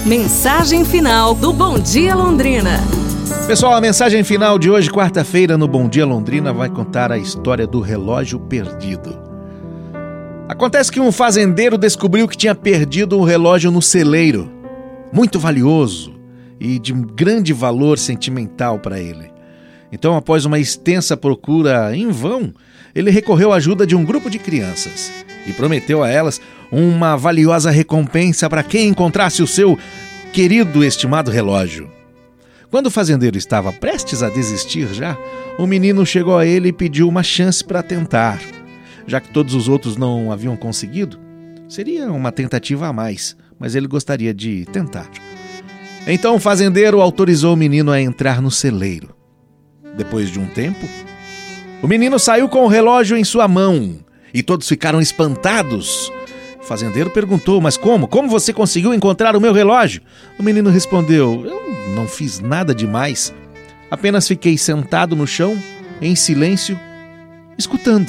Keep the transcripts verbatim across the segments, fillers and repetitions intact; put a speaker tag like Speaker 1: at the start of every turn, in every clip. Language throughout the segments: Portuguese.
Speaker 1: Mensagem final do Bom Dia Londrina.
Speaker 2: Pessoal, a mensagem final de hoje, quarta-feira, no Bom Dia Londrina, vai contar a história do relógio perdido. Acontece que um fazendeiro descobriu que tinha perdido um relógio no celeiro, muito valioso e de grande valor sentimental para ele. Então, após uma extensa procura em vão, ele recorreu à ajuda de um grupo de crianças e prometeu a elas uma valiosa recompensa para quem encontrasse o seu querido e estimado relógio. Quando o fazendeiro estava prestes a desistir já, o menino chegou a ele e pediu uma chance para tentar. Já que todos os outros não haviam conseguido, seria uma tentativa a mais, mas ele gostaria de tentar. Então o fazendeiro autorizou o menino a entrar no celeiro. Depois de um tempo, o menino saiu com o relógio em sua mão e todos ficaram espantados. O fazendeiro perguntou: mas como? Como você conseguiu encontrar o meu relógio? O menino respondeu: eu não fiz nada demais. Apenas fiquei sentado no chão, em silêncio, escutando.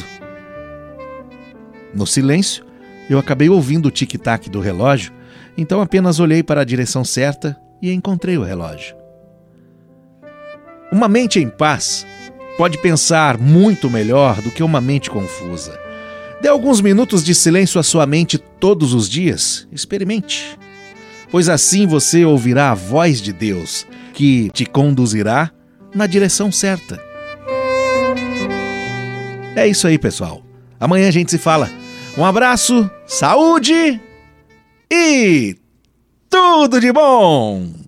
Speaker 2: No silêncio, eu acabei ouvindo o tic-tac do relógio, então apenas olhei para a direção certa e encontrei o relógio. Uma mente em paz pode pensar muito melhor do que uma mente confusa. Dê alguns minutos de silêncio à sua mente todos os dias. Experimente. Pois assim você ouvirá a voz de Deus, que te conduzirá na direção certa. É isso aí, pessoal. Amanhã a gente se fala. Um abraço, saúde e tudo de bom!